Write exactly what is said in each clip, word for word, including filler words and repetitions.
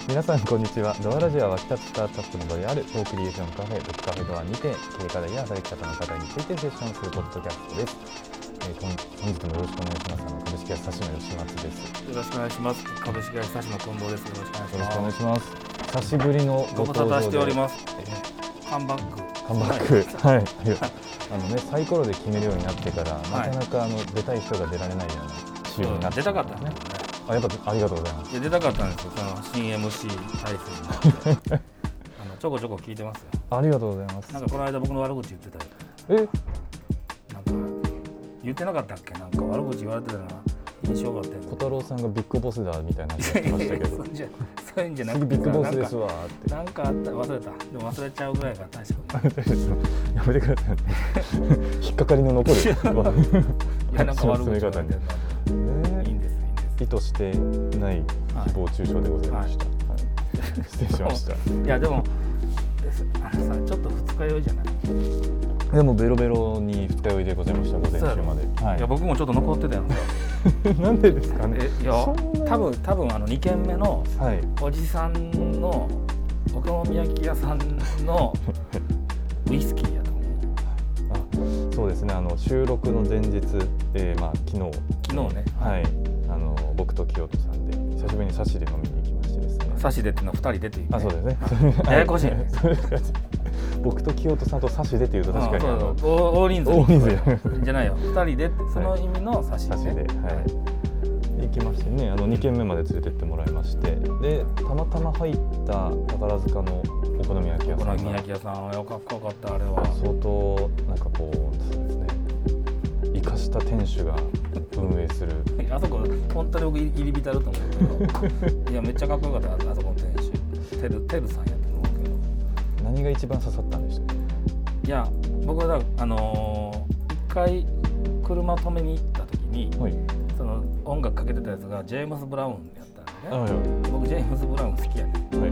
皆さんこんにちは。ドアラジオは沸き立つスタートアップの場であるトークリエーションカフェブックカフェドアにて経営課題や働き方の課題についてセッションするポッドキャストです。えー、本日もよろしくお願いします。あの株式会社サシの吉松です。 よろしくお願いします。株式会社サシの近藤です。よろしくお願いします。 よろしくお願いします。久しぶりのご登場でしております。カムバックカムバックはい、はい、あのねサイコロで決めるようになってから、はい、なかなかあの出たい人が出られないような仕様になって、 出たかったね。 あ、やっぱありがとうございます。 いや出たかったんですよ。その新 エムシー 体制になってあのちょこちょこ聞いてますよ。 ありがとうございます。 なんかこの間僕の悪口言ってたよ。 え？ なんか言ってなかったっけ？なんか悪口言われてたような印象があって小太郎さんがビッグボスだみたいな話やってましたけどそういうんじゃなくてビッグボスですわーってなんかあった忘れた。でも忘れちゃうぐらいが確かにやめてください引っかかりの残るいやなんか悪口言われてるの意図してない誹謗中傷でございました、はいはい、失礼しましたいやでもあのさちょっと二日酔いじゃない？ でもベロベロに二日酔いでございました。午前中まで、はい、 いや僕もちょっと残ってたよなんでですかね。 えいや多分多分あのにけんめのおじさんのお好み焼き屋さんのウイスキーやと思う。 あ、そうですね。あの収録の前日、えー、まあ昨日昨日ね、 はい、あの僕と清人さんで久しぶりにサシで飲みに行きましてですね。 サシでっていうのはふたりでっていう、ね、 あ、そうですね。 ややこしいね。 僕と清人さんとサシでっていうと確かにあの大人数大人数じゃないよ。ふたりでってその意味のサシで、ね、 サシで、はい、行きましてね。あのにけんめまで連れてってもらいまして、でたまたま入った宝塚のお好み焼き屋さんが、 お好み焼き屋さんはよかったあれは相当なんかこうそうですね、生かした店主が運営するあそこ本当に僕入り浸ると思うけどいやめっちゃかっこよかった。あそこの店主テルテルさんやと思うけど、 何が一番刺さったんでしたっけ？ いや僕はあのー、一回車止めに行った時に、はい、その音楽かけてたやつがジェームズ・ブラウンやったんでね、はい、僕ジェームズ・ブラウン好きやね、はい、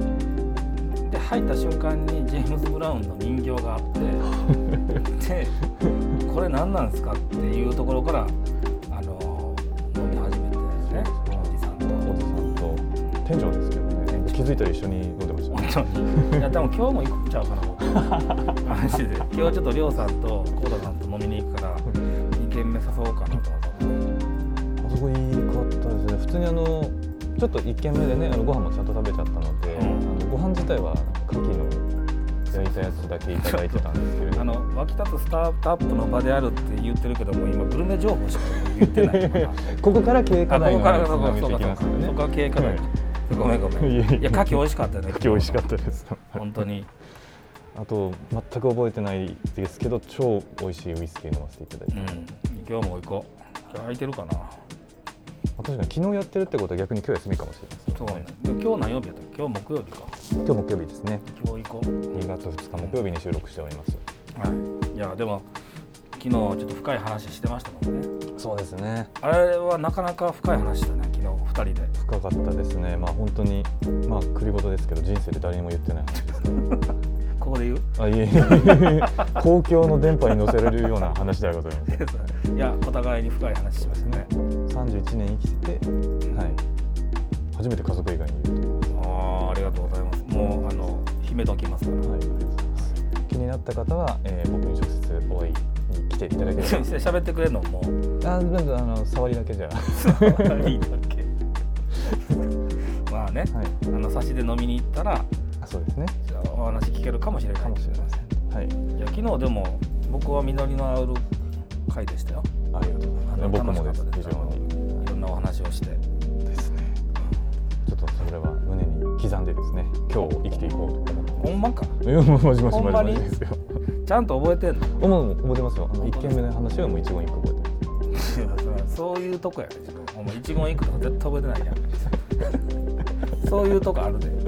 で入った瞬間にジェームズ・ブラウンの人形があってでこれ何なんですかっていうところからあのー、飲み始めてね、おじさんとおじさんと店長ですけどね、気づいたら一緒に飲んでましたね。 本当にいやでも今日も行くんちゃうかな僕マジで今日ちょっとりょうさんとコーダさんと飲みに行くからにけんめ誘おうかなと思って。 あそこいいかったですね。普通にあのちょっといっけんめでね、あのご飯もちゃんと食べちゃったので、うん、あのご飯自体は牡蠣の焼いたやつだけいただいてたんですけれども、あの沸き立つスタートアップの場であるって言ってるけども、今グルメ情報しか言ってないからここから経営課題の話を進めていきますよね。 そこから経営課題、はい、ごめんごめん。いや、牡蠣美味しかったよね。 牡蠣美味しかったです。 本当に。 あと全く覚えてないですけど、超美味しいウイスキー飲ませていただいて。うん、 今日も行こう。今日空いてるかな。 確かに昨日やってるってことは逆に今日休みかもしれないですね。 そうね。今日何曜日やったっけ？今日木曜日か。 今日木曜日ですね。 今日行こう。 にがつふつか木曜日に収録しております。 はい。いやでも昨日ちょっと深い話してましたもんね。 そうですね。あれはなかなか深い話だね。昨日ふたりで。 深かったですね。まあ本当にまあ繰り事ですけど人生で誰にも言ってない話ですね。 ここで言う？ あ、いえいえ公共の電波に乗せられるような話ではございません。 いやお互いに深い話しましたね。 さんじゅういちねん生きてて、はい、初めて家族以外に言うと思います。 ああ、ありがとうございます。もうあの秘めときますから。はい、ありがとうございます。 気になった方は、えー、僕に直接お会いに来ていただければ。 喋ってくれるのもう。 あ、なんかあの触りだけじゃ。 触りだけ。まあね、はい、あの差しで飲みに行ったら。 そうですね。 お話聞けるかもしれないかもしれません。はい。 いや昨日でも僕は実りのある回でしたよ。 ありがとうございます。僕もです。非常にいろんなお話をしてですね。ちょっとそれは胸に刻んでですね。今日生きていこうと思って。 ほんまか。 いやもうマジマジマジですよ。 ちゃんと覚えてんの？ もう覚えてますよ。あの一件目の話はもう一言一句覚えてます。 そういうとこやね。自分もう一言一句とか絶対覚えてないやん。そういうとこあるで。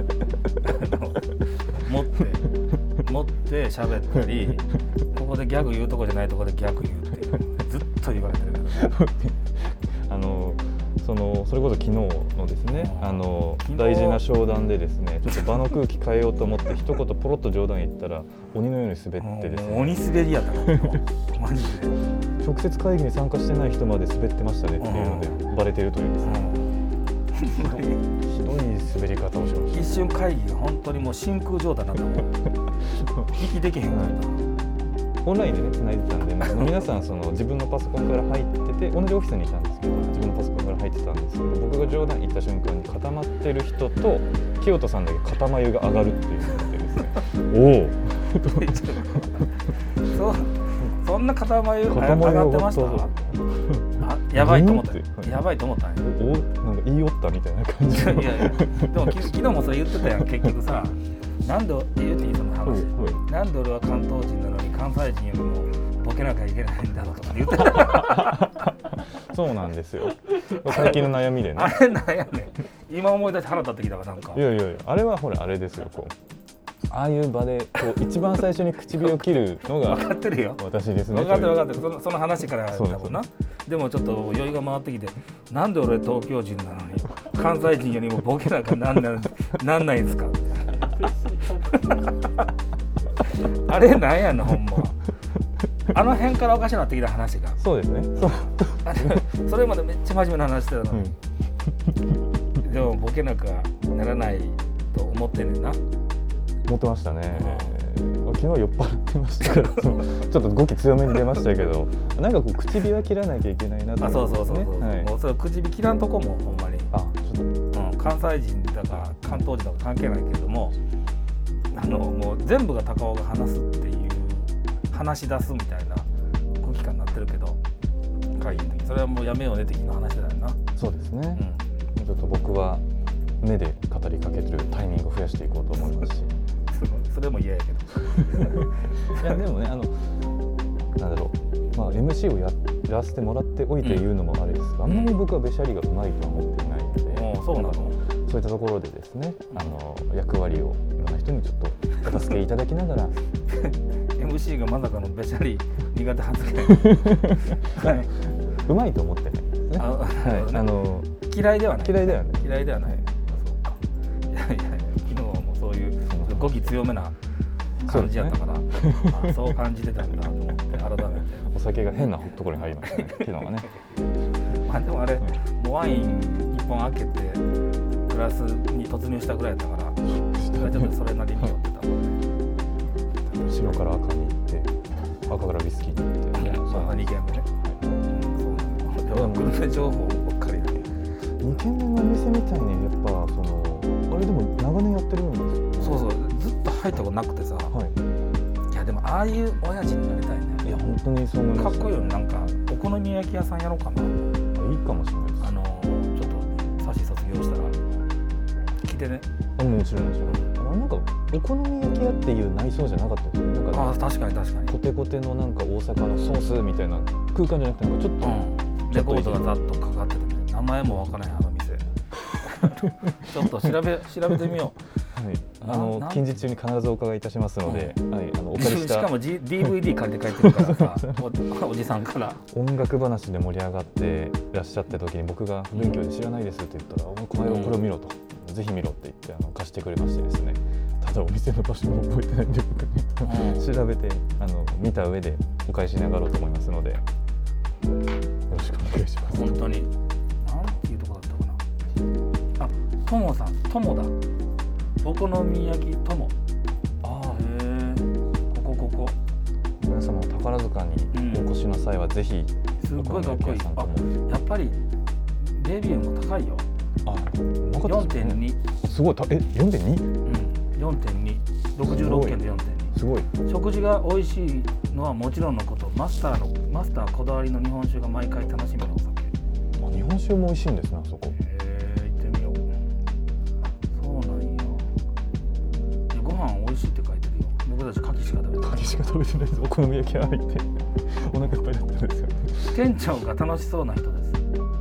持って持って喋ったり、ここでギャグ言うとこじゃないとこでギャグ言うっていうずっと言われてるからね。 あのそのそれこそ昨日のですね、あの大事な商談でですね、ちょっと場の空気変えようと思って一言ポロッと冗談言ったら鬼のように滑ってですね。 鬼滑りやったの。マジで。 直接会議に参加してない人まで滑ってましたねっていうのでバレてるというですね。 ひどい滑り方をしました。 一瞬会議が本当にもう真空状態になったもん息できへんかった。 オンラインでね繋いでたんで、まあ、皆さんその自分のパソコンから入ってて同じオフィスにいたんですけど自分のパソコンから入ってたんですけど僕が冗談言った瞬間に固まってる人と清人さんだけ肩眉が上がるっていうのがあってですねおお そ, そんな肩眉上がってましたあやばいと思った、はい、やばいと思ったねおなんか言いよったみたいな感じいやいやでも昨日もそれ言ってたやん結局さなんで言っていいその話、はい、なんで俺は関東人なのに関西人よりもボケなきゃいけないんだろうとか言ってたそうなんですよ最近の悩みでねあれなんやねん今思い出して腹立ってきたからなんかいやいやいやあれはほらあれですよこうああいう場でこう一番最初に唇を切るのが分かってるよ私ですね分かってる分かってる そ, のその話からだもんな で, でもちょっと酔いが回ってきてなんで俺東京人なのに関西人よりもボケなんかなんななんないんですかあれなんやのほんまあの辺からおかしくなってきた話がそうですねそうあれそれまでめっちゃ真面目な話してたのに、うん、でもボケなくはならないと思ってんねんな思ってましたね、うん、昨日酔っ払ってましたからちょっと語気強めに出ましたけどなんかこう唇は切らなきゃいけないなと思って、ね、 あそうそうそうそう、はい、もうそれ唇切らんとこもほんまにあちょっと、 うん、関西人だか関東人だか関係ないけれどもあのもう全部が高尾が話すっていう話し出すみたいな空気感になってるけど会議の時それはもうやめようね的な話だよなそうですね、うん、ちょっと僕は目で語りかけてるタイミングを増やしていこうと思いますしそれも嫌やけどいやでもねあのなんだろう、まあ、エムシー を や, やらせてもらっておいて言うのもあれですが、うん、あんまり僕はべしゃりがうまいとは思っていないので、 うん、そうなのそういったところでですねあの役割をいろんな人にちょっとお助けいただきながらエムシー がまさかのべしゃり苦手発言はい、うまいと思ってないですね。あ、はい、あの嫌いではない嫌いではない嫌いではない。そうか。いやいや昨日はもうそういう語気強めな感じやったから、そう、あ、そう感じてたんだと思って改めて。 お酒が変なところに入りましたね。昨日はね。 まあでもあれ、もうワイン一本開けてグラスに突入したぐらいだから、ちょっとそれなりに酔ってた。 白から赤に行って赤からビスキーに行って、 まあにけんめね、はい、そうなの。グルメ情報ばっかりだね。 にけんめのお店みたいにやっぱそのあれでも長年やってるんですよ。 そうそうずっと入ったことなくてさ、はい、いやでもああいう親父になりたいね。 いや本当にそう思います。 かっこいいよ。なんかお好み焼き屋さんやろうかな。 いいかもしれないです。 あのちょっとサシ卒業したら来てね。 あもちろんもちろん。なんかお好み焼き屋っていう内装じゃなかったですよね。なんかあ確かに確かにコテコテのなんか大阪のソースみたいな空間じゃなくてなんかちょっと、うん、 レコードがざっとかかってて、ね、名前もわからないあの店ちょっと調べ調べてみよう、はい、あの近日中に必ずお伺いいたしますので、うんはい、あのお借りしたしかも、G、ディーブイディー 借りて帰ってるからさお, おじさんから音楽話で盛り上がっていらっしゃった時に僕が文教で知らないですって言ったら、うん、お前はこれを見ろと、うん、ぜひ見ろって言ってあの貸してくれましてですね。ただお店の場所も覚えてないんで僕ね、うん、調べてあの見た上でお返しに上がろうと思いますのでよろしくお願いします。 本当になんていうとこだったかなあ、ともさん、ともだお好み焼きともああへえここここ皆様宝塚にお越しの際は、うん、ぜひすごいかっこいい。あやっぱりレビューも高いよ。 あよんてんにすごいたえ よんてんに？ うんよんてんに ろくじゅうろっけんで よんてんにすごい。 食事が美味しいのはもちろんのことマスターのマスターこだわりの日本酒が毎回楽しめるお酒。 あ日本酒も美味しいんですねあそこ。 へえ行ってみよう。そうなんや。ご飯美味しいって書いてるよ。僕たち牡蠣しか食べてない。 牡蠣しか食べてないです。お好み焼き屋入ってお腹いっぱいだったんですよ。 店長が楽しそうな人です。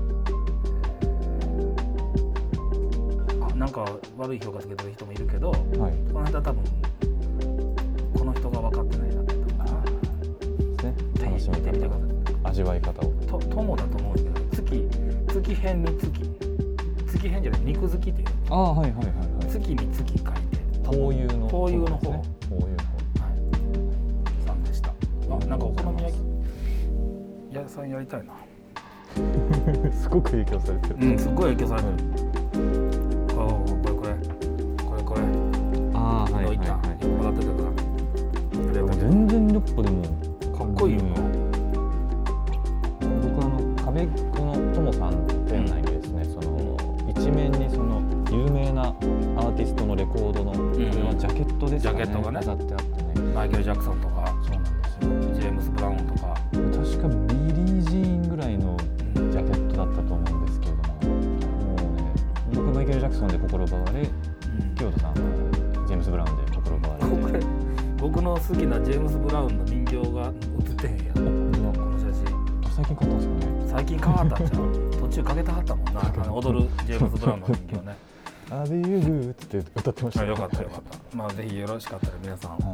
なんか悪い評価つけてる人もいるけど、はい、この間多分この人が分かってないなって思うから、ね、楽しみてみてください。 味わい方をと友だと思うんですけど月月辺に月月辺じゃない肉好きっていうああはいはいはい、はい、 月に月書いてこういうのこういうの方、 ね、こういうの方、はい、 さんでした。あなんかお好み焼き屋さんやりたいなすごく影響されてる。 うんすごい影響されてる、うんこれこれこれこれああはいはいはい笑ってたから全然やっぱでもかっこいいよな、 僕あの壁っ子のともさんの店内にですね、その一面にその有名なアーティストのレコードの、これはジャケットですかね、 ジャケットがね飾ってあってね、 マイケル・ジャクソンとか、 そうなんですよ、 ジェームス・ブラウンとか、 確かビリー・ジーンぐらいのジャケットだったと思うんですけれども、もうね、僕はマイケル・ジャクソンで心奪われ、清田さんはジェームス・ブラウンで心奪われて、 これ僕の好きなジェームス・ブラウンの人形が写ってへんやん、この写真。 最近買ったんですかね。 最近変わったんじゃん。途中かけたはったもんな、あの踊るジェームス・ブラウンの人形ね。 アビューグーって歌ってました、 ね。よかったよかった。まあぜひよろしかったら皆さん、はい、はい、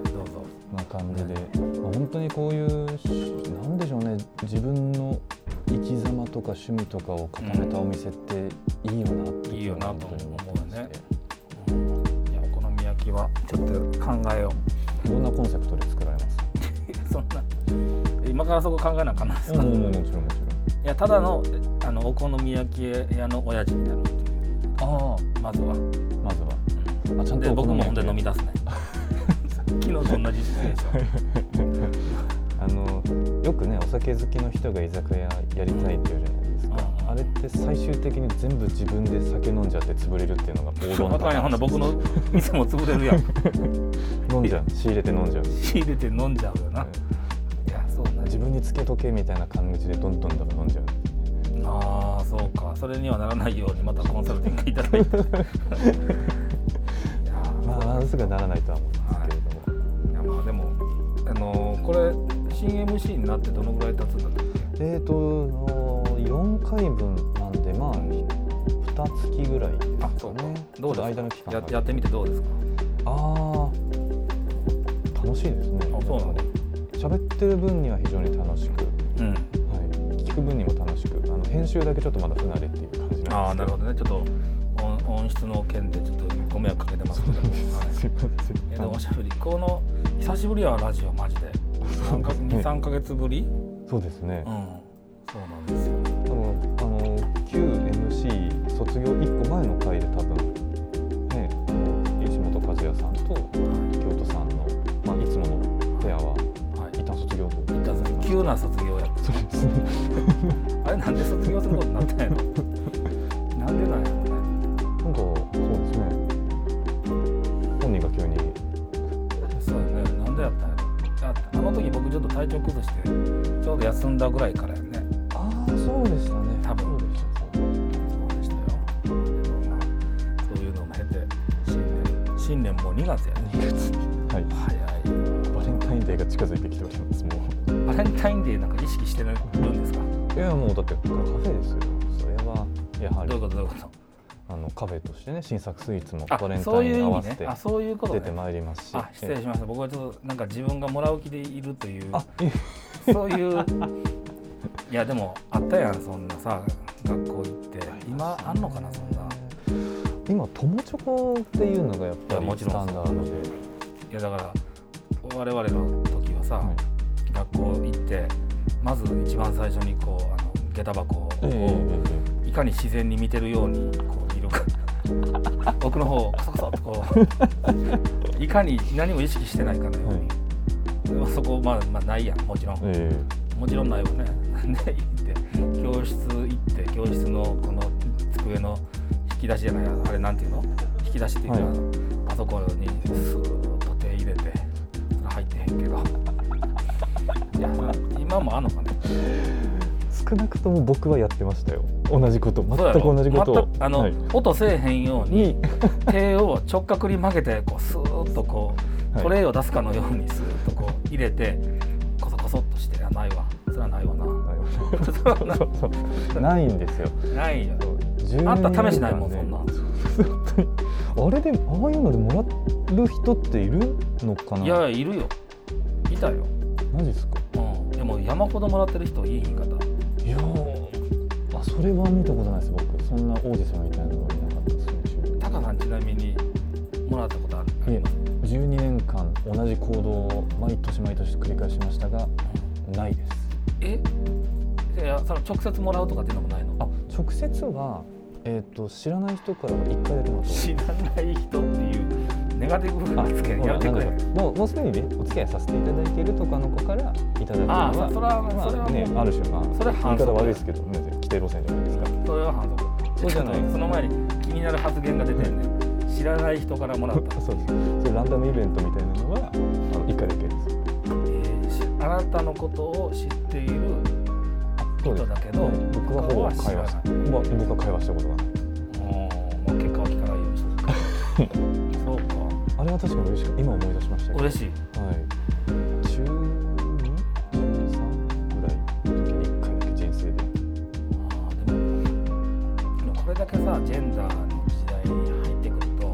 どうぞ。 な感じで、まあ、本当にこういうなんでしょうね、自分の生き様とか趣味とかを固めたお店っていいよなって、 うん、いいよなと思うね。うん、いやお好み焼きはちょっと考えよう。どんなコンセプトで作られます？ そんな今からそこ考えなあかんないですか？ もちろんもちろん。いやただのあのお好み焼き屋の親父になるっていう。ああ、まずはまずは、 うん、あちゃんと僕もほんで飲み出すね昨日と同じシチュエーションあのよくねお酒好きの人が居酒屋やりたいっていうじゃないですか、うん、あれって最終的に全部自分で酒飲んじゃって潰れるっていうのが王道のパターン。 ほんな僕の店も潰れるやん飲んじゃう、仕入れて飲んじゃう仕入れて飲んじゃうよな、うん、いやそうね、 自分につけとけみたいな感じでどんどんどんどん飲んじゃう。 ああそうか、それにはならないようにまたコンサルティングいただいてまあすぐならないとは思うんですけれども、 はい、いやまあでもあのー、これ新 エムシー になってどのぐらい経つんだったっけ？えーとよんかいぶんなんでまあにかげつぐらいですかね。 あ、そうか。どうですか？ 間の期間や, やってみてどうですか？ ああ楽しいですね。 あ、そうなんだ。 喋ってる分には非常に楽しく、うん、はい、聞く分にも楽しく、あの編集だけちょっとまだ不慣れっていう感じなんですけど。 ああ、なるほどね。ちょっと 音, 音質の件でちょっとご迷惑かけてますけど。はい、すいません。えでもおしゃべりこの久しぶりはラジオマジでに、さんかげつぶり？ そうですね。 うん、そうなんですよ。 多分あの旧 エムシー 卒業いっこまえの回で多分ね、石本和也さんと京都さんのまあいつものペアは。一旦卒業と急な卒業やった。そうですねあれなんで卒業することになったんやろなんでなんやろね。 なんかそうですね、本人が急にそうやね、なんでやったんやろ。 あ, あの時僕ちょっと体調崩してちょうど休んだぐらいからやね。 ああそうでしたね、 多分そうでした、 そうでしたよ。でもまあそういうのも経て新年新年もうにがつやね。 にがつはい、 早い。 バレンタインデーが近づいてきております。もうバレンタインデーなんか意識してるんですか？ いやもうだってこれカフェですよ。それはやはりどういうことどういうこと。 あのカフェとしてね、新作スイーツもバレンタインに合わせて出てまいりますし。 あ、失礼しました。僕はちょっとなんか自分がもらう気でいるというそういういやでもあったやん、そんなさ学校行って今あんのかな、そんな。 今友チョコっていうのがやっぱりスタンダードで。 いやだから我々の時はさ、はい、学校行ってまず一番最初にこうあの下駄箱を、えー、いかに自然に見てるようにこう見るか奥の方をコソコソっとこういかに何も意識してないかのように、はい、そこまあ、まあ、ないやん、もちろん、えー、もちろんないよねで行って教室行って教室のこの机の引き出しじゃない、あれなんていうの、引き出しっていうのは、はい、あそこにスーッと手入れて入ってへんけどいや今もあんのかね。 少なくとも僕はやってましたよ、同じこと、全く同じことをあの、はい、音せえへんように手を直角に曲げてこうスーッとこう、はい、トレイを出すかのようにスーッとこう入れてコソコソっとして、ないわ、それはないわなないんですよ。 ないよ。あんた試しないもん、そんな。 あれでああいうのでもらる人っているのかな。 いやいるよ、いたよ。 マジですか？ うん。でも山ほどもらってる人いい言い方。 いやあ、それは見たことないです。僕そんな王子様みたいなのはいなかったですね。 タカさんちなみにもらったことある？あります？ じゅうにねんかん同じ行動を毎年毎年繰り返しましたが、うん、ないです。 え？いや、その直接もらうとかっていうのもないの？ あ、直接はえっと知らない人からはいっかいだけもらった。 知らない人っていうネガティブ発言やってくれ。 もうもうすでにねお付き合いさせていただいているとかの子からいただくのは、 ああそれは、 まあ、 それはねある種まあそれは反則言い方悪いですけど、ね、規定路線じゃないですか。 それは反則。 そうじゃない。 その前に気になる発言が出てるね。知らない人からもらった。 そうです。それランダムイベントみたいなのはあのいっかいだけです。 えー、あなたのことを知っている人だけど、はい、 僕はほぼ会話した。まあ、僕は会話したことがない。 まあ、結果は聞かないようにしてるそうか。 あれは確かに嬉しい。今思い出しましたけど。 嬉しい。 はい。中に、中さんぐらいの時にいっかいだけ人生で。 ああでも、でもこれだけさジェンダーの時代に入ってくると、はい、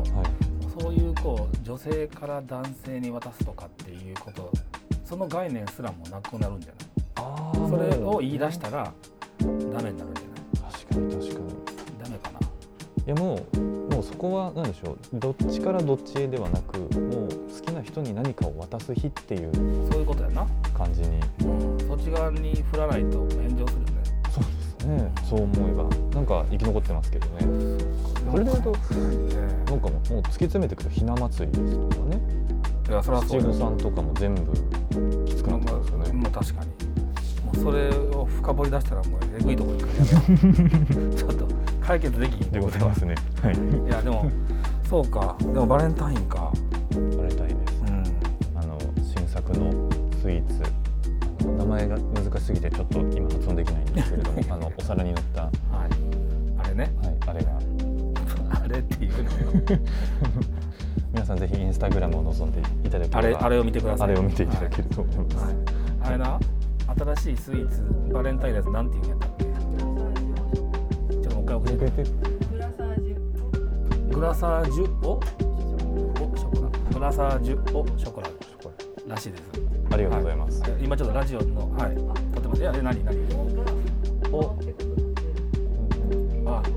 そういうこう女性から男性に渡すとかっていうこと、その概念すらもなくなるんじゃない？ああ。それを言い出したらダメになるんじゃない？ 確かに確かに。 ダメかな。 いやもうもうそこは何でしょう、どっちからどっちへではなく、もう好きな人に何かを渡す日っていうそういうことやな感じに、 うん、そっち側に振らないと炎上するよね。 そうですね、そう思えばなんか生き残ってますけどね。それでいうとなんかもう突き詰めてくるひな祭りですとかね、 いやそれはそう七五三とかも全部きつくなってますよね。 もう確かにもうそれを深掘り出したらもうえぐいところに行くちょっと解決できでございますね。はい。 いやでもそうか。でもバレンタインか。 バレンタインです。うん、あの新作のスイーツ、名前が難しすぎてちょっと今発音できないんですけれども、あのお皿に乗った、はい、 あれね。 はい、あれがあれっていうのよ。 皆さんぜひインスタグラムを覗んでいただければ、 あれあれを見てください。 あれを見ていただけると思います。はいはい、 あれな、新しいスイーツバレンタインのやつなんていうんやったっけ？ちょっともう一回送って。グラサージュオショコラ。グラサージュオショコラらしいです。 ありがとうございます。 はい、今ちょっとラジオのはい撮ってます。いやえ何何？おあ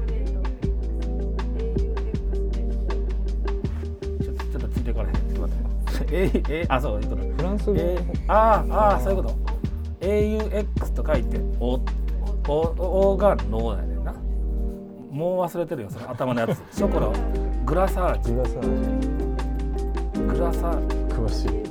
ちょっとちょっとついてからへん。ちょっと待って。ええあそういうこと。 フランス語。 えー、あああそういうこと。エーユーエックス と書いておおおがノーだよねんな。もう忘れてるよその頭のやつ。ショコラグラサージ。 グラサージ。 グラサージ。 詳しい。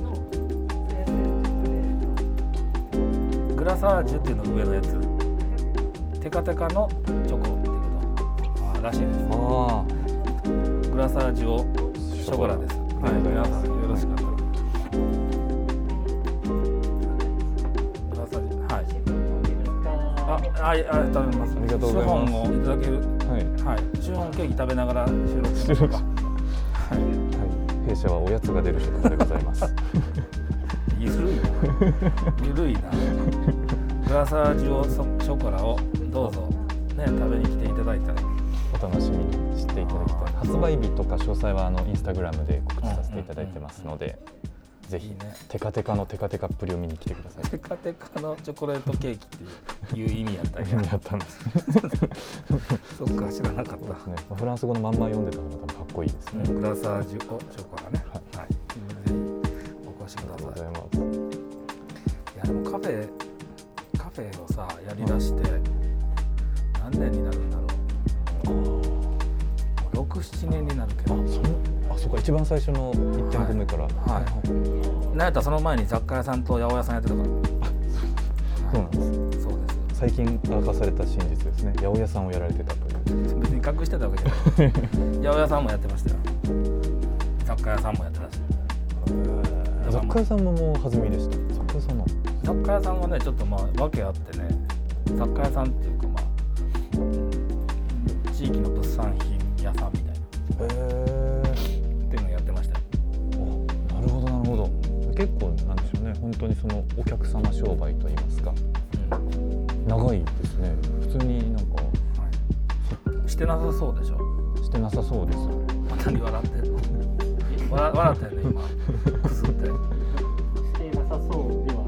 グラサージュっていうのが上のやつ。テカテカのチョコっていうことあらしいです。あグラサージュをショコラです。はい、皆さんよろしかったら。グラサージュはい。あ、あ、ありがとうございます。 ありがとうございます。シフォンをいただける。はい。はい。シフォンケーキ食べながら収録しましょうか。はい。 はい。弊社はおやつが出る職場でございます。 ゆるいな。ゆるいな。グラサージュをショコラをどうぞね食べに来ていただいたらお楽しみにしていただきたい。発売日とか詳細はあのインスタグラムで告知させていただいてますので、ぜひ、ね、テカテカのテカテカっぷりを見に来てください。 テカテカのチョコレートケーキっていう意味やったんや。 意味やったんです。 そっか知らなかった。 ね、フランス語のまんま読んでたのが多分かっこいいですね。 グラサージュをショコラね。はい。はい、ぜひお越しください。ありがとうございます。いやでもカフェカフェをさやりだして何年になるんだろう。ろく、ななねんになるけど。 あ、そあ、そっか一番最初のいってんこめから。はい。はいはい、なんやったらその前に雑貨屋さんと八百屋さんやってたから。 そうなんです。 そうです。 最近明かされた真実ですね。八百屋さんをやられてたという。 別に隠してたわけじゃない。八百屋さんもやってましたよ。雑貨屋さんもやってたし。 雑貨屋さんももう弾みでした。雑貨屋さんの。 雑貨屋さんはねちょっとまあ訳あってね、雑貨屋さんっていうかまあ地域の物産品屋さんみたいな。へーっていうのをやってましたよ。 なるほどなるほど。結構なんでしょうね。本当にそのお客様商売といいますか。うん、長いですね。普通になんか、 はい、してなさそうでしょ。 してなさそうです。 何笑ってるの？笑, 笑ったよね今。くすって。 してなさそうでは。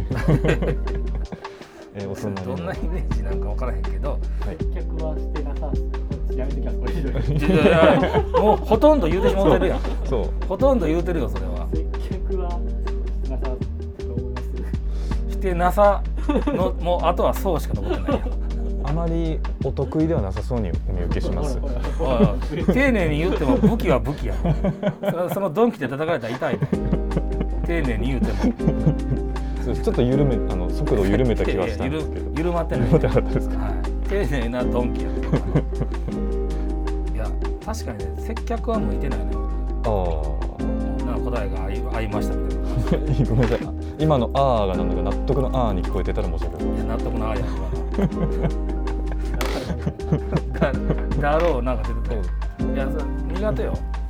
えー、おそどんなイメージなんか分からへんけど、 接客はしてなさそう。やめてきますこれ以上。 もうほとんど言うてしまってるやん。 そう。 ほとんど言うてるよそれは。 接客はしてなさと思います。 してなさのもうあとはそうしか残ってないよ。 あまりお得意ではなさそうにお見受けします。 丁寧に言っても武器は武器やそ, そのドンキで叩かれたら痛いね丁寧に言うてもちょっと緩めあの速度を緩めた気はしたんですけど緩まってない、 緩まってなかったですか、 はい、丁寧なドンキやいや確かにね接客は向いてないね。ああなんか答えが合いましたみたいなごめんなさい今のあーがなんだか納得のあーに聞こえてたら申し訳ない。 いや納得のあーやんだ, だろうなんか出てた、うん、いやそれ苦手よ、うん、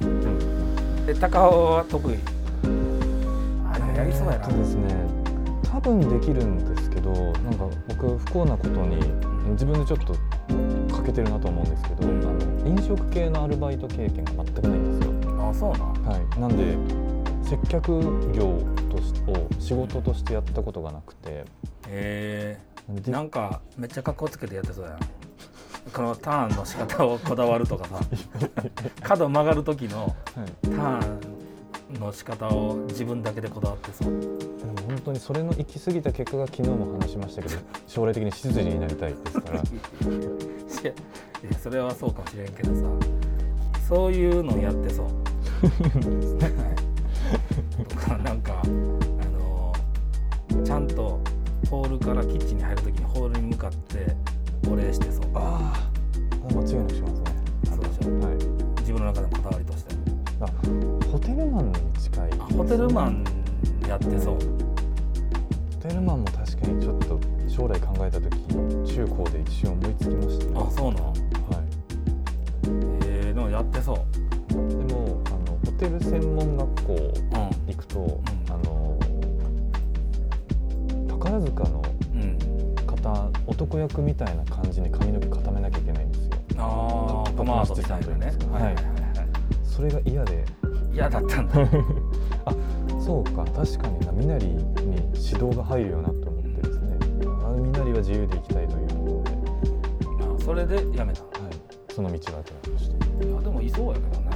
で高尾は得意あれやりそうやな。 そうですね多分できるんですけどなんか僕不幸なことに自分でちょっと欠けてるなと思うんですけど、うん、あの飲食系のアルバイト経験が全くないんですよ。 あそうなん、 はい、なんで接客業としを仕事としてやったことがなくて、 へえなんかめっちゃ格好つけてやってそうやんこのターンの仕方をこだわるとかさ角曲がる時のターンの仕方を自分だけでこだわってそう。 でも本当にそれの行き過ぎた結果が昨日も話しましたけど将来的に執事になりたいですからいやそれはそうかもしれんけどさそういうのやってそうとかなんかあのちゃんとホールからキッチンに入るときにホールに向かってお礼してそう。 ああ間違いなくしますね。 そうでしょ、はい、自分の中でもこだわりとしてあホテルマンに近い、ね、 ホテルマンやってそう。ホテルマンも確かにちょっと将来考えたとき中高で一瞬思いつきました、ね、 あそうなの。はいえー、でもやってそう。 でもあのホテル専門学校行くと、うんうん、あの宝塚の方、うん、男役みたいな感じに髪の毛固めなきゃいけないんですよ。 ああ、ポマードみたいなね。 はいはいはいはい。それが嫌で。 嫌だったんだ。 あ、そうか、確かにな、身なりに指導が入るよなと思ってですね。あの身なりは自由でいきたいというところで。 あ、それでやめた。はい。 その道が諦めました。 いやでもいそうやけどね。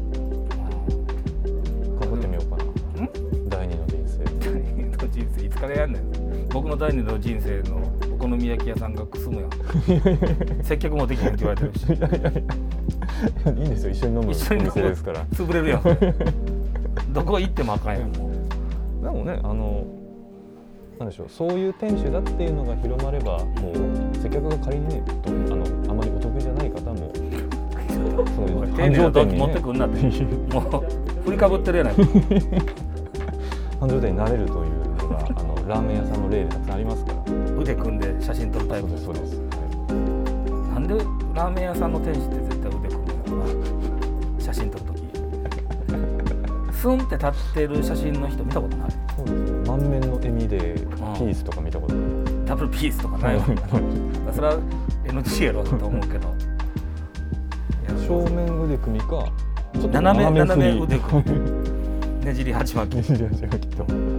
頑張ってみようかな。ん？第二の人生。 第二の人生いつからやんねん。僕の第二の人生のお好み焼き屋さんがくすむやん。接客もできへんって言われてるし。いやいやいやいいんですよ、一緒に飲むお店ですから。 潰れるやん。どこ行ってもあかんやん。もうでもね、あのなんでしょう、そういう店主だっていうのが広まれば、もう接客が仮にね、あのあまりお得意じゃない方も。 そういう丁寧な動機持ってくんなって。もう振りかぶってるやないか。 繁盛店になれるというのがあのラーメン屋さんの例でたくさんありますから。 腕組んで写真撮るタイプ。 そうですそうです。はい、 なんでラーメン屋さんの店主って絶対腕組むのかな。写真撮るとき。スンって立ってる写真の人見たことない。 そうですね。満面の笑みでピースとか見たことない。 ダブルピースとかないわ。それは エヌジー やろうと思うけど。 正面腕組みか、ちょっと斜め斜め腕組み。ねじり鉢巻き。 ねじり鉢巻きと。 そうやね。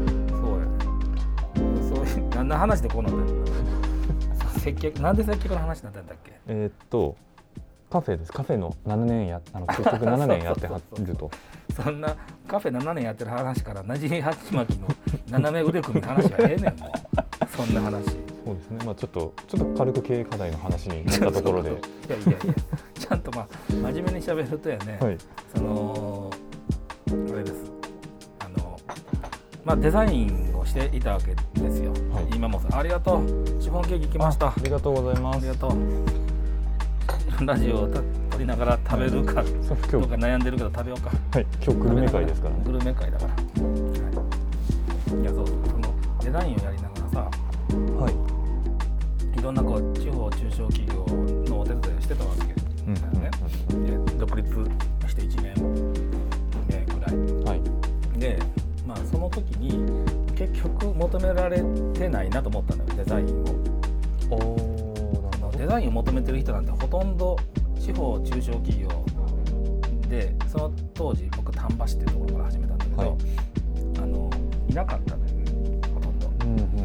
そういう何の話でこうなったんだ。接客なんで接客の話になったんだっけ。 えー、っとカフェです。カフェのななねんやあの結局ななねんやってはると。 そんなカフェななねんやってる話からねじり鉢巻きの斜め腕組みの話はええねんもう。そんな話。 そうですね。まあちょっとちょっと軽く経営課題の話になったところで。いやいやいや。ちゃんとまあ真面目に喋るとやね。はい、そのあれです。あのまあデザインをしていたわけですよ。はい、今もありがとう。シフォンケーキ来ました。ありがとうございます。 ありがとう。ラジオを撮りながら食べるかどうか悩んでるけど食べようか。 はい。今日グルメ会ですからね。 グルメ会だから。はい、いやそうそのデザインをやりながらさ。はい。いろんなこう地方中小企業のお手伝いをしてたわけですよね。うんうんうん、で独立していちねんめぐらい。はい。で、まあその時に結局求められてないなと思ったのよ、デザインを。おー。デザインを求めてる人なんてほとんど地方中小企業で、その当時僕丹波市っていうところから始めたんだけど、はい、あのいなかったのよ、ほとんど。うんうんうん、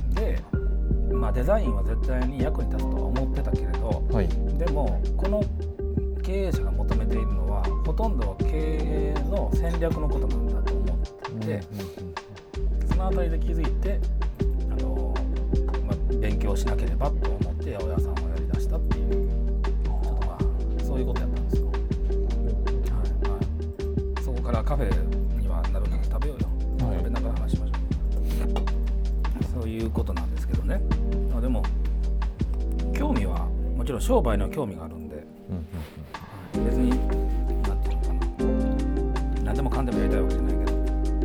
で、まあ、デザインは絶対に役に立つとは思ってたけれど、はい、でもこの経営者が求めているのはほとんどは経営の戦略のことなんだと思ってて、うんうんうん、そのあたりで気づいてあの、まあ、勉強しなければと思って八百屋さんをやりだしカフェにはなるんだけど食べようよ、はい、食べながら話しましょう。そういうことなんですけどね。まあ、でも興味はもちろん商売の興味があるんで、うんうんうん、別になんていうのかな、何でもかんでもやりたいわけじゃないけど、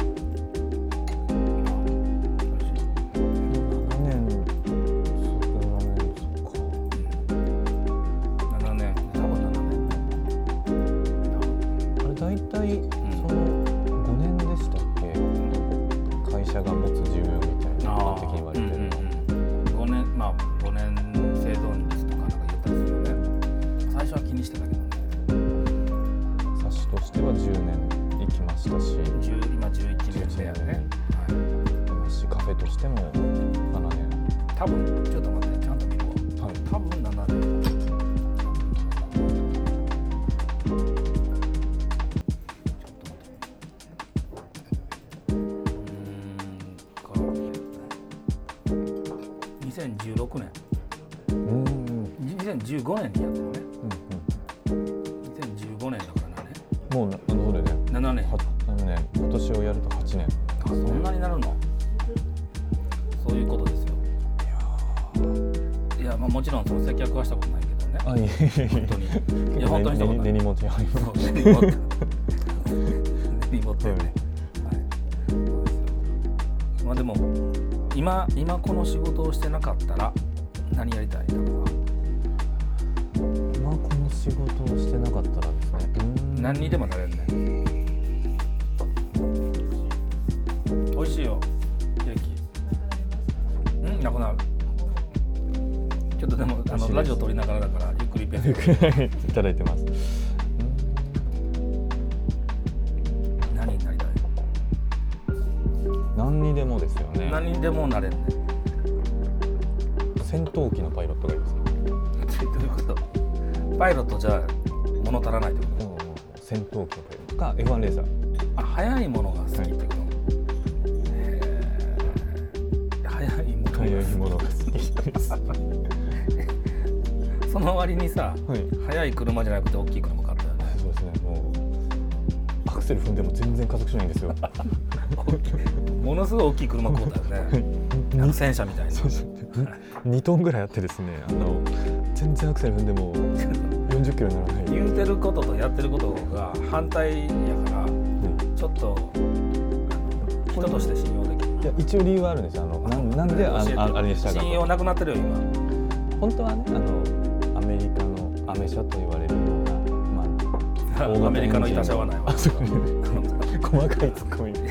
多分ちょっと待ってちゃんと見るわ、はい、多分ななねんにせんじゅうろくねん、うんにせんじゅうごねんにやったのね、うんうん、にせんじゅうごねんだからなねもうなどれねななねんななねん今年をやるとはちねん。 あ、そんなになるの。そういうことですよ。いや、まあ、もちろんその接客はしたことないけどね。 あ、いえいえいえ本当に。いや本当にしたことない。 根に持ちあります。 根に持って根に持ってね、はい、そうですよ。まあでも今今この仕事をしてなかったら何やりたいだから。 今この仕事をしてなかったらですね。 何にでもなれるね。美味しいよケーキ。うん、なくなる。ちょっとでもあのラジオ撮りながらだからゆっくりペンいただいてます。 何になりたい？ 何にでもですよね。 何にでもなれるね。 戦闘機のパイロットがいいです。 どういうこと？パイロットじゃ物足らないってこと？ うん、戦闘機のパイロットか エフワン レーサー。 あ、速いものが好きってこと？はい、速いものが好き。 速いものが好きです。 その割にさ、はい、速い車じゃなくて大きい車買ったよね。 そうですね。もうアクセル踏んでも全然加速しないんですよ。 ものすごい大きい車買ったよね。あの戦車みたいな。そうそう。 にトンぐらいあってですね、あの全然アクセル踏んでもよんじゅっキロにならない。 言うてることとやってることが反対やから、うん、ちょっと人として信用できる。 いや一応理由はあるんですよ。あのななんで あ, あ, あれにしたか。 信用なくなってるよ今。 本当はね、あのアメリカのアメ車と言われるような、まあ、 アメリカのいた車はないわ。 細かいツッコミ。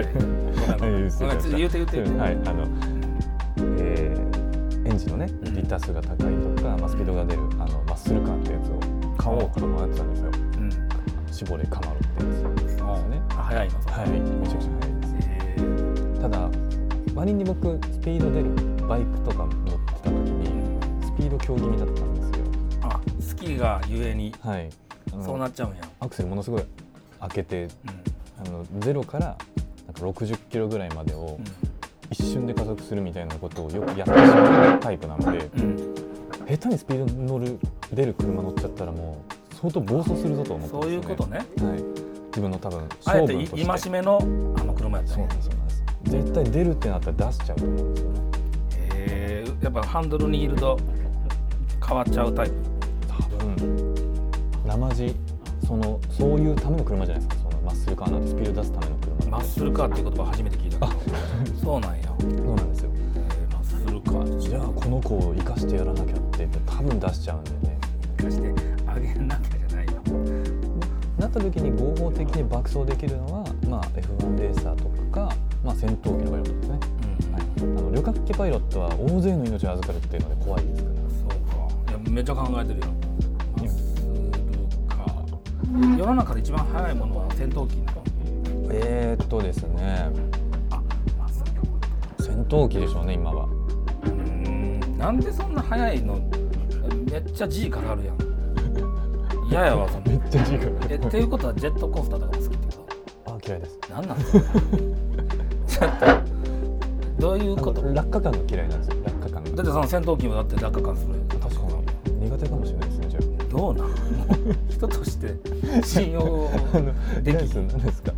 言うて言うて言うて。 はい、あの、えー、エンジンのねリタ数が高いとか、まあ、スピードが出るあのマッスルカーってやつを買おうと思ってたんですよ。うん、シボレカマロってやつですね。 速いの。 はい、めちゃくちゃ速いです。ただ割に僕スピード出るバイクとか乗ってた時にスピード競技味だったんですよ。 あ、好きがゆえに、 はい、 そうなっちゃうんや。 アクセルものすごい開けて、うん、あのゼロからなんかろくじゅっキロぐらいまでを一瞬で加速するみたいなことをよくやってしまうタイプなので、うん、下手にスピード乗る出る車乗っちゃったらもう相当暴走するぞと思ってますね。 そういうことね。 はい、自分の多分あえて戒めのあの車やったね。 そうなんですよ。絶対出るってなったら出しちゃうと思うんですよね。 へえ、やっぱハンドル握ると変わっちゃうタイプ。 多分生地そのそういうための車じゃないですか。そのマッスルカーなんてスピード出すための車。 マッスルカーっていう言葉初めて聞いたけど。そうなんや。 そうなんですよ。 マッスルカー。 じゃあこの子を生かしてやらなきゃって多分出しちゃうんでね。 生かしてあげなきゃじゃないよ。 なった時に合法的に爆走できるのは、まあ、エフワン レーサーとかか、まあ、戦闘機のパイロットですね。うん、はい、あの旅客機パイロットは大勢の命を預かるっていうので怖いですから。 そうか。いやめっちゃ考えてるよ。マッスルカー。世の中で一番速いものは戦闘機なの？ えーっとですね。あ、マッスルカー。戦闘機でしょうね今は。 うーん。なんでそんな速いの？めっちゃ G かかるやん。嫌やわその。 めっちゃ G かかる。 えっていうことはジェットコースターとかも好きってこと？ あ、嫌いです。 なんなんですか？ちょっとどういうこと？ 落下感が嫌いなんですよ。落下感が。 だってその戦闘機もだって落下感する。 確かに苦手かもしれないですねじゃあ。 どうなん？人として信用できる。 なんですか。あ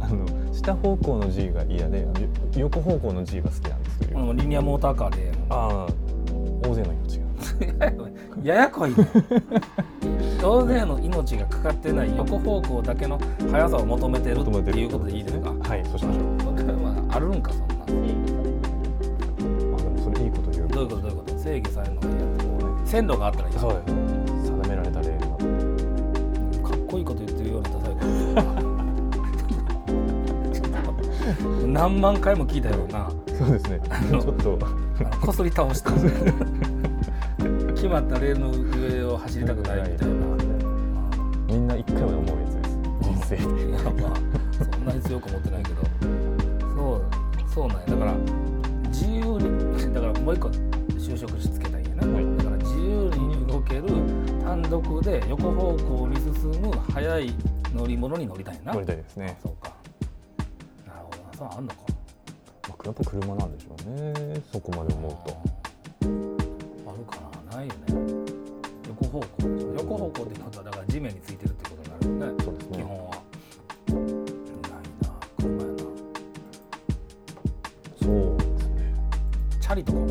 あの下方向の G が嫌で横方向の G が好きなんですけど、 リニアモーターカーでああ大勢の命がややこいね大勢の命がかかってない横方向だけの速さを求めてるっていうことでいいですか？ はい、そうしましょう。 それはあるんかそんな。 あ、でもそれいいこと言う。 どういうことどういうこと？制御されるのがいいやつ、ね、線路があったらいい。 そうです。定められたレールが。かっこいいこと言ってるようなダサいこと何万回も聞いたような。 そうですね。ちょっとこすり倒したんで決まったレールの上を走りたくないみたいな。 みんな一回まで思うやつです。人生で。 いやまあそんなに強く思ってないけど、そうそうなんや。だから自由にだからもう一個就職しつけたいんやな。はい、だから自由に動ける単独で横方向に進む速い乗り物に乗りたいな。 乗りたいですね。 そうか。なるほど。そうあんのか。 やっぱ車なんでしょうね。そこまで思うと。 あるかな。ないよね。横方向。横方向ってことはだから地面についてるってことになるよね。 そうですね。 基本は。ないな。車やな。 そうですね。 チャリとかは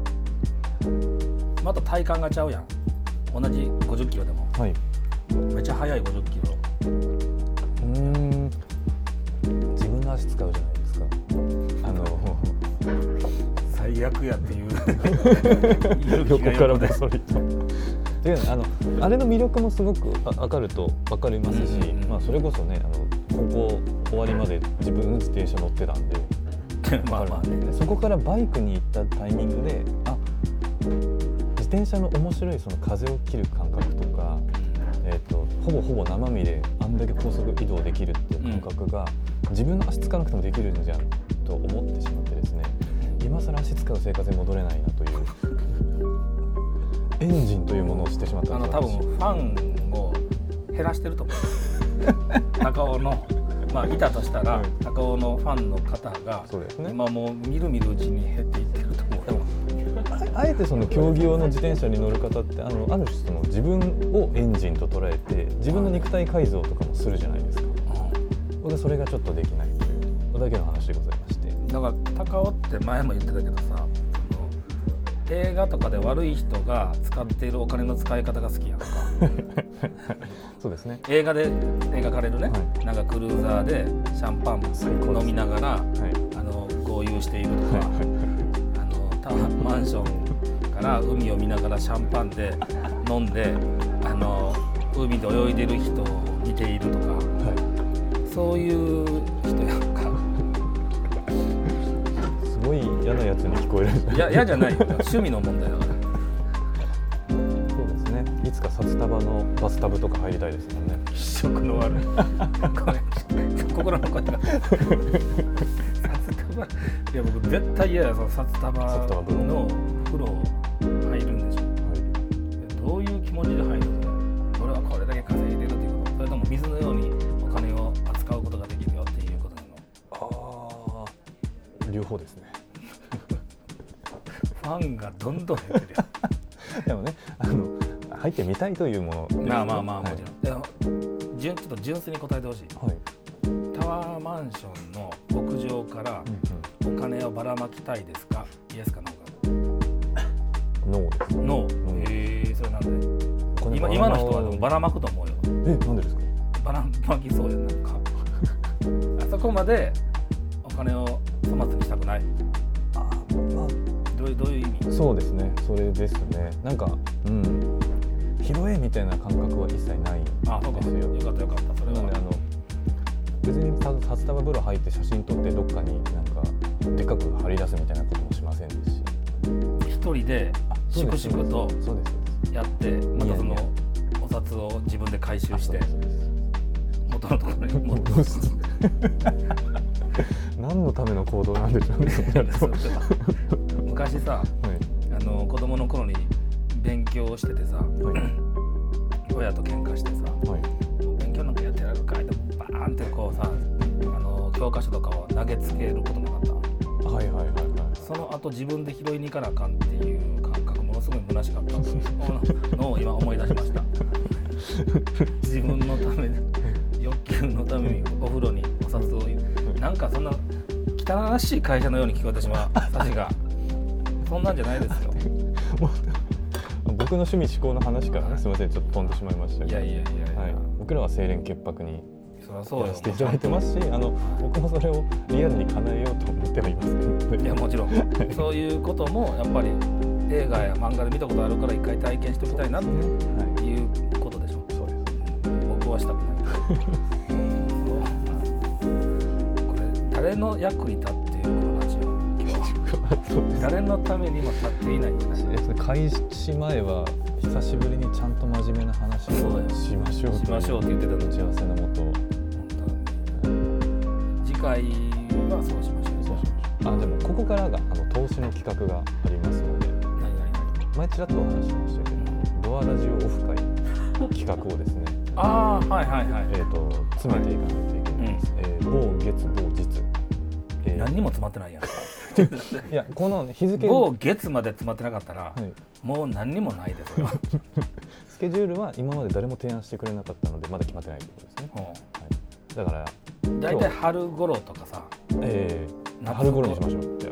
また体感がちゃうやん。同じごじゅっキロでも。 はい。 めっちゃ速いごじゅっキロ。 うーん。自分の足使うじゃないですか。あの最悪やっていう横からボソリとであのあれの魅力もすごく分かると分かりますし、うんうん、まあ、それこそねあの高校終わりまで自分の自転車乗ってたんでまあまあ、ね、 そこからバイクに行ったタイミングであ自転車の面白いその風を切る感覚とか、えーと、ほぼほぼ生身であんだけ高速移動できるっていう感覚が、うん、自分の足つかなくてもできるんじゃんと思ってしまってですね、今更足使う生活に戻れないなというエンジンというものをしてしまったんです。 あの多分ファンを減らしてると思う高尾のまあいたとしたら、はい、高尾のファンの方がそうですね、今もうみるみるうちに減っていってると思う。 あえてその競技用の自転車に乗る方ってあのある種の自分をエンジンと捉えて自分の肉体改造とかもするじゃないですか。僕はそれがちょっとできないというだけの話でございまして、 だから高尾って前も言ってたけどさ、映画とかで悪い人が使っているお金の使い方が好きやんかそうですね。 映画で描かれるね、はい、なんかクルーザーでシャンパン飲みながら、はい、あの豪遊しているとか、はい、あのタワーマンションから海を見ながらシャンパンで飲んであの海で泳いでる人を見ているとか、はい、そういう人やんかすごい嫌なやつに聞こえる。 いや嫌じゃないよ、趣味の問題だから。 そうですね。いつか札束のバスタブとか入りたいですもんね。 気色の悪いこれ心の声が札束、いや僕絶対嫌や、その札束の風呂入るんでしょ、はい、どういう気持ちで入るの？俺はこれだけ稼いでるっていうこと、それとも水のようにお金を扱うことができるよっていうことなの？ ああ、両方ですねファンがどんどん減ってるよでもね、あの入ってみたいというもの、 まあまあまあもちろん、はい、でもちょっと純粋に答えてほしい、はい、タワーマンションの屋上からお金をばらまきたいですか？イエスかノーか？ ノーです。 ノー。へえ、それなんで？今, 今の人はでもばらまくと思うよ。 え、なんでですか？ ばらまきそうやなんかあそこまでお金を粗末にしたくない。 あ、まあどういう、どういう意味？ そうですね、それですね。なんか、うん、拾えみたいな感覚は一切ないんですよ。 あ、そうか。よかったよかった。それは。 なのであの別に札束風呂入って写真撮ってどっかになんかでかく貼り出すみたいなこともしませんですし、 一人でしくしくとやってまたそのお札を自分で回収して元のところに戻す何のための行動なんでしょうね昔さ、はい、あの子供の頃に勉強しててさ、はい、親と喧嘩してさ、はい、勉強なんかやってられるかいとバーンってこうさ、あの教科書とかを投げつけることなかった？はいはいはいはい。その後自分で拾いに行かなあかんっていう感覚ものすごい虚しかったのを今思い出しました自分のために欲求のためにお風呂にお札を、なんかそんな汚らしい会社のように聞こえてしまうサジがそんなんじゃないですよ僕の趣味嗜好の話からね、すみませんちょっと飛んでしまいましたけど、 いやいやいやいや、はい、 僕らは清廉潔白にそりゃそうよしていただいてますし、あの僕もそれをリアルに叶えようと思ってはいますけど、 いやもちろんそういうこともやっぱり映画や漫画で見たことあるから一回体験しておきたいなっていうことでしょ。 そうです。 僕はしたくないこれ誰の役に立っているこのラジオ今日は誰のためにも立っていないんじゃないですか。開始前は久しぶりにちゃんと真面目な話をしましょうとしましょうって言ってたの打ち合わせのもと、 次回はそうしましょう。そうしましょう。 あ、でもここからがあの投資の企画がありますので、 何何何前ちらっとお話ししましたけど、ドアラジオオフ会企画をですね、 ああはいはいはい、 えーと詰めていかないといけないです、はい、えー、某月某日、 えー、何にも詰まってないやんいやこの日付某月まで詰まってなかったら、はい、もう何にもないですよスケジュールは今まで誰も提案してくれなかったのでまだ決まってないということですね、はい、だからだいたい春頃とかさ、 えー、春頃にしましょう。じゃ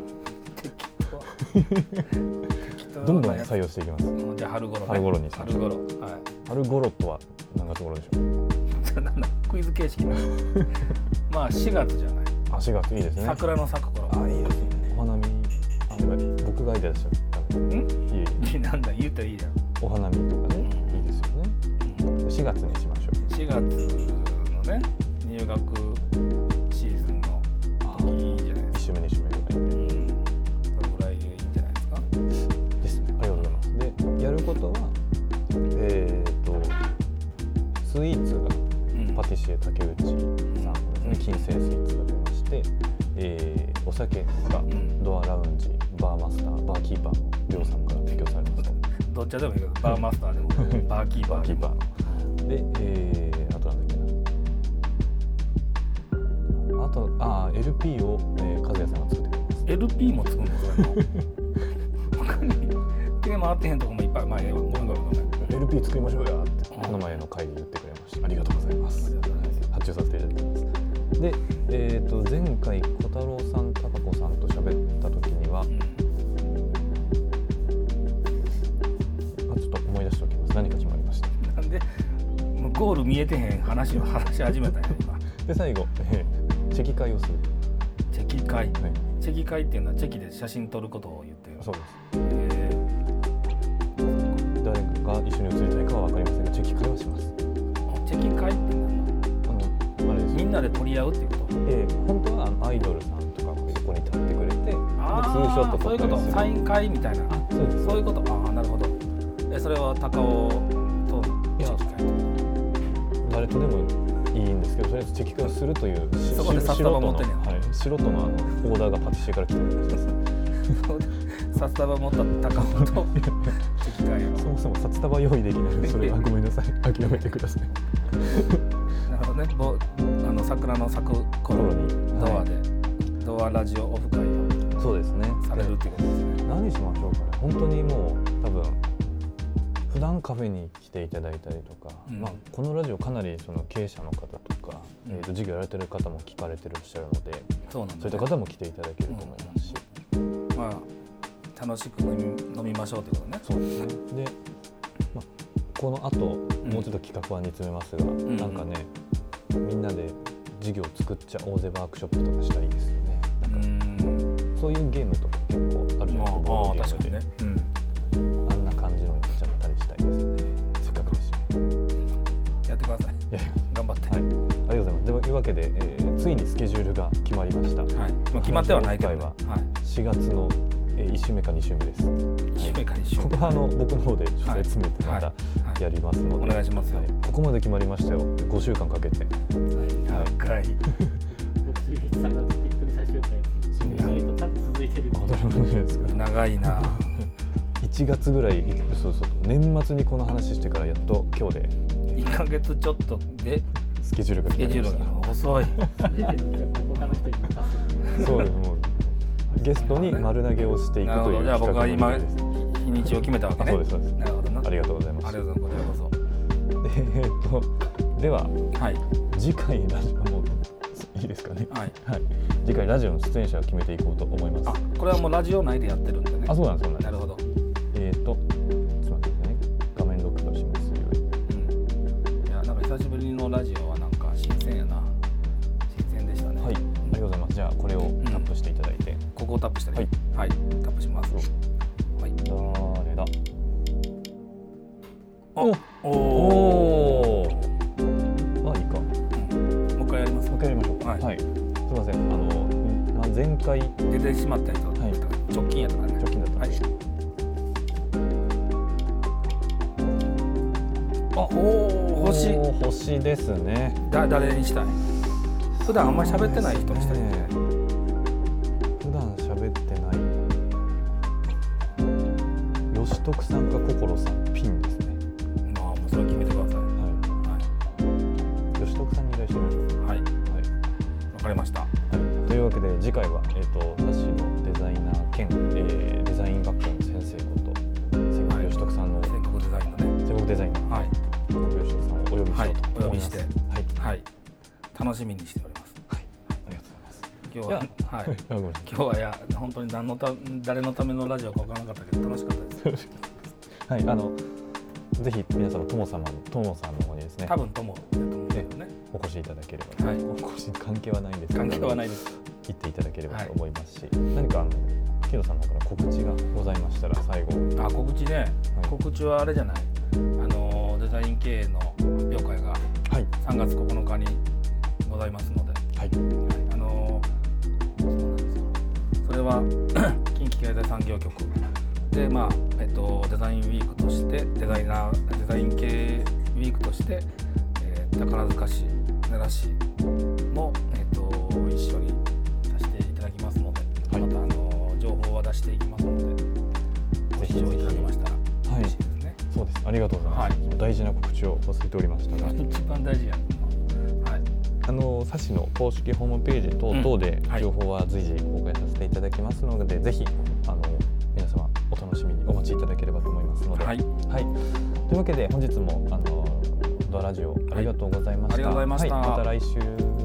あどんどん採用していきます。 じゃあ春頃、ね、 春頃にしましょう。 春頃、はい、 春頃とは何月頃でしょう。 なんだクイズ形式なまあしがつじゃない。 あ、しがついいですね。 桜の咲く頃。 あ、いいですね。お花見、あ、僕がアイデアでした。 ん？いい。なんだ言うたらいいじゃん。 お花見とかね、いいですよね。しがつにしましょう。 しがつのね、入学シーズンの時いいじゃないですか。 いっ週目に週目ぐらいで、うん、 それぐらいいいんじゃないですか。 ですね。ありがとうございます。で、やることはえーとスイーツが、うん、パティシエ竹内さんですね、金星スイーツが出まして、えー、お酒がドアラウンジ、バーマスター、バーキーパーのりょうさんから提供されますと。 どっちでもいいけど、バーマスターでもバーキーパーキーパーので、えー、あとなんだっけな、あとあ エルピー を、えー、和也さんが作ってくれます。 エルピー も作るのそれも他に手回ってへんとこもいっぱい前へごめんごめんごめんエルピー 作りましょうやってこの前の会議言ってくれました。ありがとうございます。発注させていただきます。で、えー、と前回小太郎さん、高子さんと喋った時には、うん、あ、ちょっと思い出しておきます。何か決まりました。 なんでもうゴール見えてへん話を話し始めたんや今で最後、えー、チェキ会をする。 チェキ会、はい、チェキ会っていうのはチェキで写真撮ることを言ってる。 そうです。えー、誰が一緒に写りたいかは分かりませんがチェキ会はします。 チェキ会って何なの？あのあれです。みんなで撮り合うっていうこと？ えー、本当はアイドルさんとかここに立ってくれて、ツーショット撮ったりする。そういうこと。 サイン会みたいな。あ、そうです。そういうこと。ああ、なるほど。え、それは高尾とチェキ会。 誰とでもいいんですけど、とりあえずチェキ会をするという。 そこで札束持ってんねん。 はい。素人のあのオーダーがパティシエから来ておりました。 札束持った高尾とチェキ会を。 そもそも札束用意できないので、それはごめんなさい。諦めてください。 なるほどね。ぼあの桜の咲く頃にドアで、はい、ドアラジオオフ会をそうですねされるっていうことですね。 何しましょうかね。本当にもう多分普段カフェに来ていただいたりとか、うん、まあ、このラジオかなりその経営者の方とか、うん、えー、と授業やられてる方も聞かれてらっしゃるので、 そうなんだね、 そういった方も来ていただけると思いますし、 うん、まあ楽しく飲み、飲みましょうってことね。 そうですね。で、まあ、この後、うん、もうちょっと企画は煮詰めますが、うん、なんかね、みんなで授業を作っちゃおうぜワークショップとかしたいですよね。なんか、うん、そういうゲームとか結構あるじゃないですか。 ああ、確かにね、うん、 あんな感じのやっちゃったりしたいですね。せっかくですしやってください。いや頑張って、 はい、ありがとうございます。というわけで、えー、ついにスケジュールが決まりました。はい、まあ、決まってはないけど、ね、 はしがつのいっ週目かに週目です。いっ週目かに週目。 ここはあの僕の方で取材詰めてまたやりますので、 はいはいはい、お願いしますよ、 はい。ここまで決まりましたよ。ごしゅうかんかけて。はい。 長い。長いな。 いちがつぐらい、そうそう、年末にこの話してからやっと今日でいっかげつちょっとでスケジュールが決まりました。 遅い。 そうです。もうゲストに丸投げをしていくという。 じゃあ僕は今日にちを決めたわけね。 そうですそうです。 なるほどな。 ありがとうございます。 ありがとうございます。こちらこそ。 えー、っとでは、 はい、 次回ラジオもいいですかね、 はいはい、次回ラジオの出演者を決めていこうと思います。 あ、これはもうラジオ内でやってるんでね。 あ、そうなんです、そうなんです。 なるほど。 えーと、ちょっと待ってくださいね。画面ロックとしますように。 うん、いや、なんか久しぶりのラジオはなんか新鮮やな。新鮮でしたね。 はい、ありがとうございます。じゃあこれをタップしていただいて、うん、 ここをタップしてね。はい、はい、タップします。はい。 誰だ。 お、おお。 あ、いいか。 うん、もう一回やります。 もう一回やりましょうか。はい。はい、すみません。あの、まあ、前回出てしまったやつ、はい、直近やったからね。 直近だった。はい。あ、おお、星。星ですね。 だ、誰にしたい？普段あんまり喋ってない人にしたいね。 普段喋ってない。吉徳さんか心さん、ピンですね。 まあ、もうそれ決めてください。はい。 はい、吉徳さんに依頼してみましょう。はい。はい。 わかりました。はい。 というわけで次回はえっ、ー、と私のデザイナー兼、えー、デザイン学校の先生こと仙北吉徳さんの仙北デザインのね。 仙北デザインのはい。仙北吉徳さんをお呼びしようと思います。はい。お呼びして。はい。 はい。楽しみにしております。 はい。ありがとうございます。 今日ははい。今日はいや本当に何のた誰のためのラジオか分からなかったけど楽しかったです。 はい。あのぜひ皆様とも様ともさんの方にですね。 多分ともだと思うんだよね。 お越しいただければ。はい。お越し関係はないんですけど。 関係はないです。 言っていただければと思いますし、はい、何かあの木野さんの方から告知がございましたら最後。 あ、告知ね。はい、告知はあれじゃない。あのデザイン経営の発表会がさんがつここのかにございますので。はい。あのそうなんですよ。それは近畿経済産業局で、まあえっとデザインウィークとしてデザイナーデザイン経営ウィークとして、えー、宝塚市奈良市もえっと一緒にさせていただきますので、はい、またあの情報は出していきますので、ご視聴いただきましたら嬉しいですね。 はい、そうです。ありがとうございます。はい、大事な告知を忘れておりましたが、 一番大事や。はい。 あのサシの公式ホームページ等々で情報は随時公開させていただきますので、うん、はい、ぜひあの皆様お楽しみにお待ちいただければと思いますので、はい。はい、というわけで本日もあのドアラジオありがとうございました。 はい、ありがとうございました。 はい、また来週。